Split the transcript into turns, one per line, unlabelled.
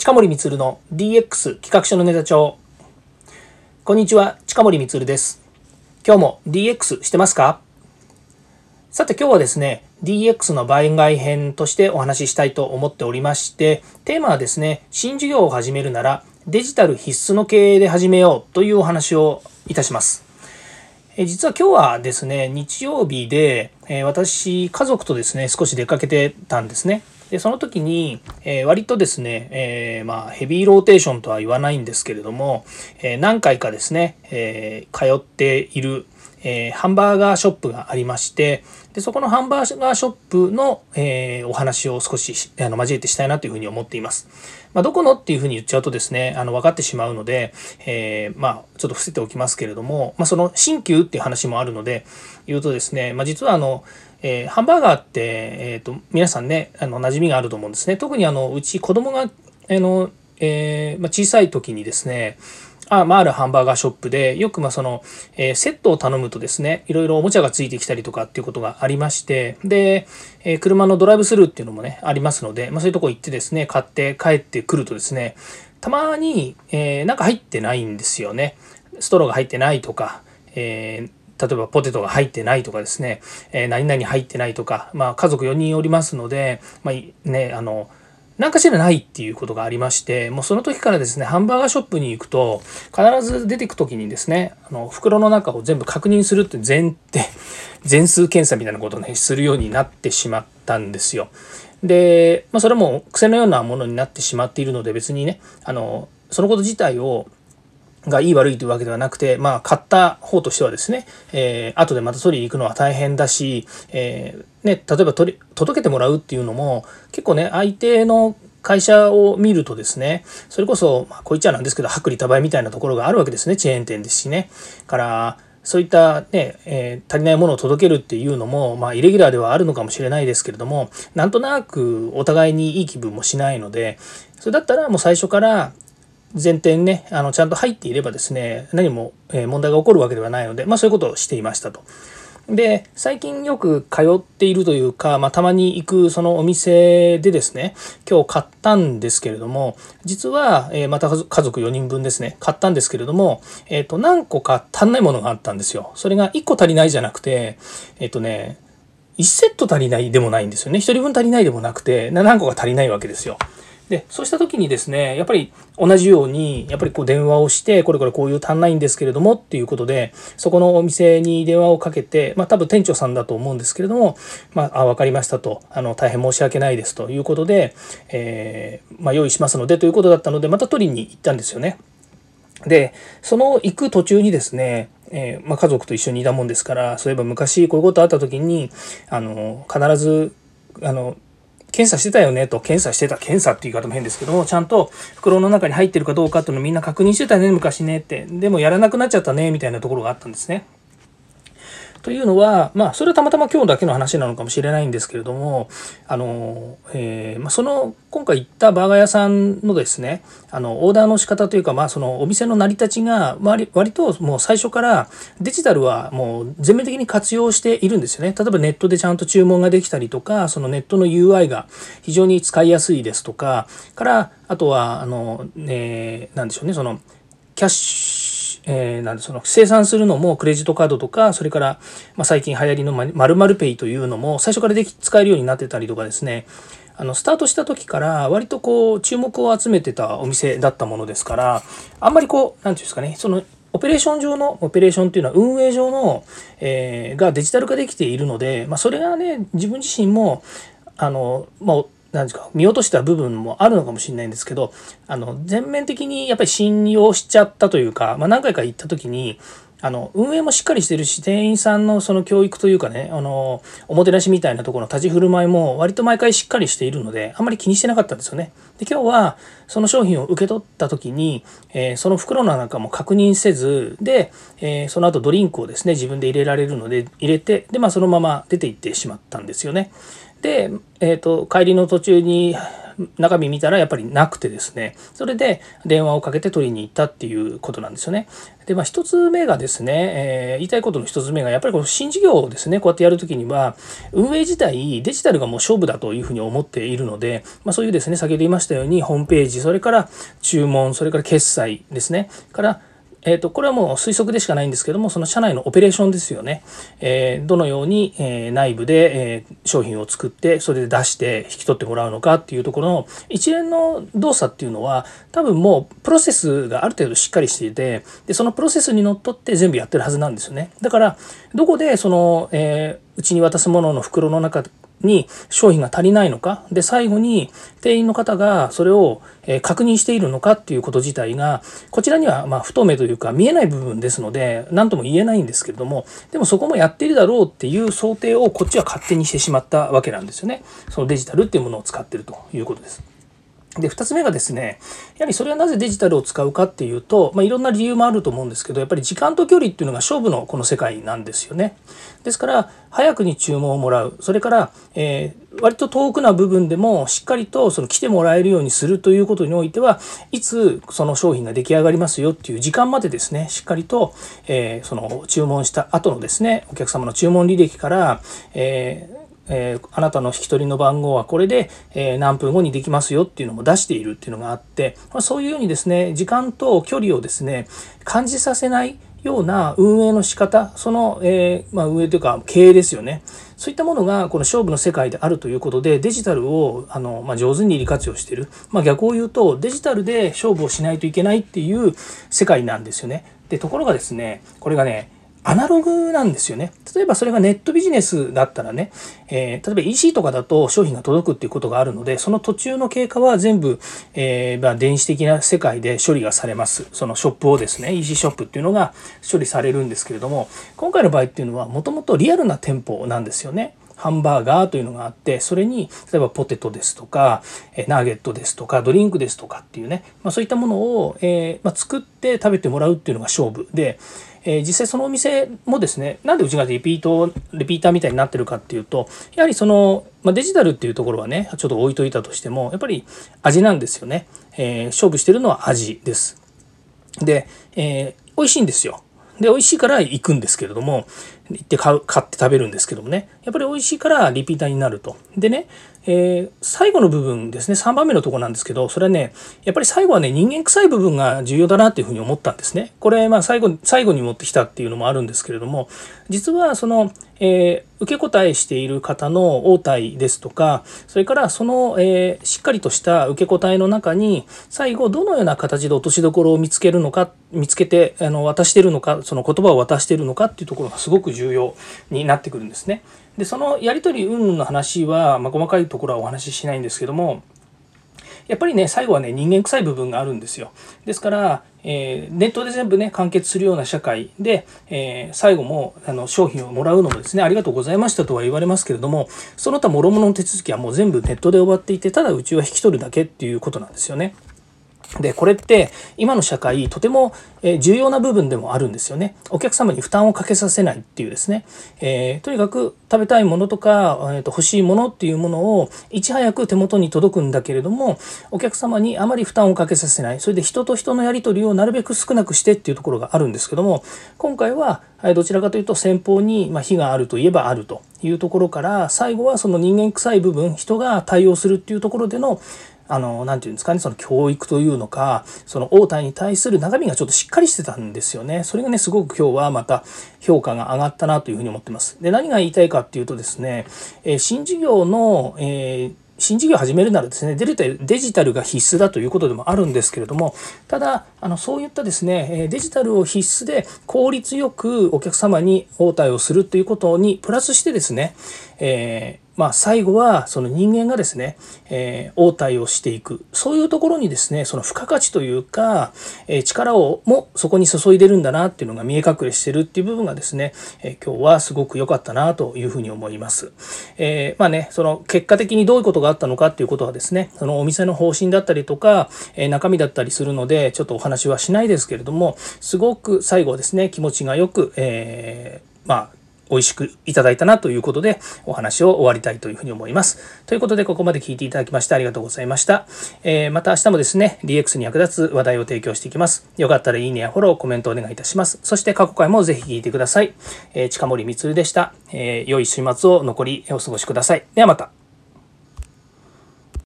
近森光の DX 企画書のネタ帳。こんにちは、近森光です。今日も DX してますか？さて今日はですね、DX の番外編としてお話ししたいと思っておりまして、テーマはですね、新事業を始めるならデジタル必須の経営で始めようというお話をいたします。実は今日はですね、日曜日で、私家族とですね少し出かけてたんですね。でその時に、割とですね、ヘビーローテーションとは言わないんですけれども、何回かですね、通っている、ハンバーガーショップがありまして、でそこのハンバーガーショップの、お話を少し交えてしたいなというふうに思っています。どこのっていうふうに言っちゃうとですね、分かってしまうので、ちょっと伏せておきますけれども、その新旧っていう話もあるので言うとですね、実はハンバーガーって、皆さんね馴染みがあると思うんですね。特にうち子供が小さい時にですね、あるハンバーガーショップでよくセットを頼むとですね、いろいろおもちゃがついてきたりとかっていうことがありまして、で、車のドライブスルーっていうのもねありますので、そういうとこ行ってですね買って帰ってくるとですね、たまに、なんか入ってないんですよね。ストローが入ってないとか、例えばポテトが入ってないとかですね、何々入ってないとか、家族4人おりますので、何かしらないっていうことがありまして、もうその時からですね、ハンバーガーショップに行くと必ず出てく時にですね、袋の中を全部確認するって全数検査みたいなことをねするようになってしまったんですよ。で、それも癖のようなものになってしまっているので、別にねそのこと自体がいい悪いというわけではなくて、買った方としてはですね、後でまた取りに行くのは大変だし、例えば届けてもらうっていうのも結構ね、相手の会社を見るとですね、それこそ、こう言っちゃなんですけど薄利多売みたいなところがあるわけですね。チェーン店ですしね。からそういったね、足りないものを届けるっていうのも、イレギュラーではあるのかもしれないですけれども、なんとなくお互いにいい気分もしないので、それだったらもう最初から前提にねちゃんと入っていればですね、何も問題が起こるわけではないので、そういうことをしていましたと。で最近よく通っているというか、たまに行くそのお店でですね、今日買ったんですけれども、実は、また家族4人分ですね買ったんですけれども、何個か足んないものがあったんですよ。それが1個足りないじゃなくて、1セット足りないでもないんですよね。1人分足りないでもなくて、何個か足りないわけですよ。でそうした時にですね、やっぱり同じように電話をして、これこういう足んないんですけれどもっていうことで、そこのお店に電話をかけて、多分店長さんだと思うんですけれども、分かりましたと、大変申し訳ないですということで、用意しますのでということだったので、また取りに行ったんですよね。でその行く途中にですね、家族と一緒にいたもんですから、そういえば昔こういうことあった時に必ず検査してたよねと、検査っていう言い方も変ですけども、ちゃんと袋の中に入ってるかどうかっていうのをみんな確認してたね昔ねって、でもやらなくなっちゃったねみたいなところがあったんですね。というのは、それはたまたま今日だけの話なのかもしれないんですけれども、今回行ったバーガー屋さんのですね、オーダーの仕方というか、そのお店の成り立ちが割ともう最初からデジタルはもう全面的に活用しているんですよね。例えばネットでちゃんと注文ができたりとか、そのネットの UI が非常に使いやすいですとか、あとはなんでしょうね、そのキャッシュその生産するのもクレジットカードとか、それから、最近流行りの〇〇ペイというのも最初から使えるようになってたりとかですね、スタートした時から割と注目を集めてたお店だったものですから、あんまりなんていうんですかね、そのオペレーションっていうのは運営上の、がデジタル化できているので、それがね自分自身もなんですか、見落とした部分もあるのかもしれないんですけど、全面的にやっぱり信用しちゃったというか、何回か行った時に運営もしっかりしてるし、店員さんのその教育というかね、おもてなしみたいなところの立ち振る舞いも割と毎回しっかりしているので、あんまり気にしてなかったんですよね。で今日はその商品を受け取った時に、その袋の中も確認せずで、その後ドリンクをですね自分で入れられるので入れて、でそのまま出て行ってしまったんですよね。 で、帰りの途中に中身見たらやっぱりなくてですね、それで電話をかけて取りに行ったっていうことなんですよね。で、一つ目がですね、言いたいことの一つ目がやっぱりこの新事業をですね、こうやってやるときには運営自体デジタルがもう勝負だというふうに思っているので、そういうですね、先ほど言いましたようにホームページ、それから注文、それから決済ですね、からこれはもう推測でしかないんですけども、その社内のオペレーションですよね。どのように内部で商品を作ってそれで出して引き取ってもらうのかっていうところの一連の動作っていうのは多分もうプロセスがある程度しっかりしていて、でそのプロセスにのっとって全部やってるはずなんですよね。だからどこでそのうちに渡すものの袋の中に商品が足りないのか、で最後に店員の方がそれを確認しているのかっていうこと自体がこちらには不透明というか見えない部分ですので何とも言えないんですけれども、でもそこもやっているだろうっていう想定をこっちは勝手にしてしまったわけなんですよね。そのデジタルっていうものを使っているということです。で2つ目がですね、やはりそれはなぜデジタルを使うかっていうと、いろんな理由もあると思うんですけど、やっぱり時間と距離っていうのが勝負のこの世界なんですよね。ですから早くに注文をもらう、それから、割と遠くな部分でもしっかりとその来てもらえるようにするということにおいては、いつその商品が出来上がりますよっていう時間までですね、しっかりと、その注文した後のですね、お客様の注文履歴から、あなたの引き取りの番号はこれで、何分後にできますよっていうのも出しているっていうのがあって、そういうようにですね、時間と距離をですね感じさせないような運営の仕方、その、運営というか経営ですよね、そういったものがこの勝負の世界であるということで、デジタルを上手に利活用している、逆を言うとデジタルで勝負をしないといけないっていう世界なんですよね。でところがですね、これがねアナログなんですよね。例えばそれがネットビジネスだったらね、例えば EC とかだと商品が届くっていうことがあるので、その途中の経過は全部、電子的な世界で処理がされます。そのショップをですね、EC ショップっていうのが処理されるんですけれども、今回の場合っていうのはもともとリアルな店舗なんですよね。ハンバーガーというのがあって、それに例えばポテトですとかナゲットですとかドリンクですとかっていうね、そういったものを、作って食べてもらうっていうのが勝負で、実際そのお店もですね、なんでうちがリピーターみたいになってるかっていうと、やはりその、デジタルっていうところはねちょっと置いといたとしても、やっぱり味なんですよね。勝負してるのは味です。で、美味しいんですよ。で美味しいから行くんですけれども、行って買って食べるんですけどもね、やっぱり美味しいからリピーターになると。でね、最後の部分ですね、3番目のところなんですけど、それはねやっぱり最後はね人間臭い部分が重要だなっていうふうに思ったんですね。これ最後に持ってきたっていうのもあるんですけれども、実はその、受け答えしている方の応対ですとか、それからその、しっかりとした受け答えの中に最後どのような形で落としどころを見つけて渡しているのか、その言葉を渡しているのかっていうところがすごく重要になってくるんですね。でそのやり取り云々の話は、細かいところはお話ししないんですけども、やっぱりね最後はね人間臭い部分があるんですよ。ですから、ネットで全部ね完結するような社会で、最後も商品をもらうのもですね、ありがとうございましたとは言われますけれども、その他諸々の手続きはもう全部ネットで終わっていて、ただうちは引き取るだけっていうことなんですよね。でこれって今の社会とても重要な部分でもあるんですよね。お客様に負担をかけさせないっていうですね、とにかく食べたいものとか、欲しいものっていうものをいち早く手元に届くんだけれども、お客様にあまり負担をかけさせない、それで人と人のやり取りをなるべく少なくしてっていうところがあるんですけども、今回はどちらかというと先方に非があるといえばあるというところから、最後はその人間臭い部分、人が対応するっていうところでのなんていうんですかね、その教育というのか、その応対に対する中身がちょっとしっかりしてたんですよね。それがねすごく今日はまた評価が上がったなというふうに思ってます。で何が言いたいかっていうとですね、新事業を始めるならですね、デジタルが必須だということでもあるんですけれども、ただそういったですねデジタルを必須で効率よくお客様に応対をするということにプラスしてですね、最後はその人間がですね、応対をしていく、そういうところにですねその付加価値というか、力をもそこに注いでるんだなっていうのが見え隠れしてるっていう部分がですね、今日はすごく良かったなというふうに思います。その結果的にどういうことがあったのかっていうことはですね、そのお店の方針だったりとか、中身だったりするのでちょっとお話はしないですけれども、すごく最後はですね気持ちがよく、 美味しくいただいたなということでお話を終わりたいというふうに思います。ということでここまで聞いていただきましてありがとうございました。また明日もですね DX に役立つ話題を提供していきます。よかったらいいねやフォローコメントお願いいたします。そして過去回もぜひ聞いてください。近森光でした。良い週末を残りお過ごしください。ではまた。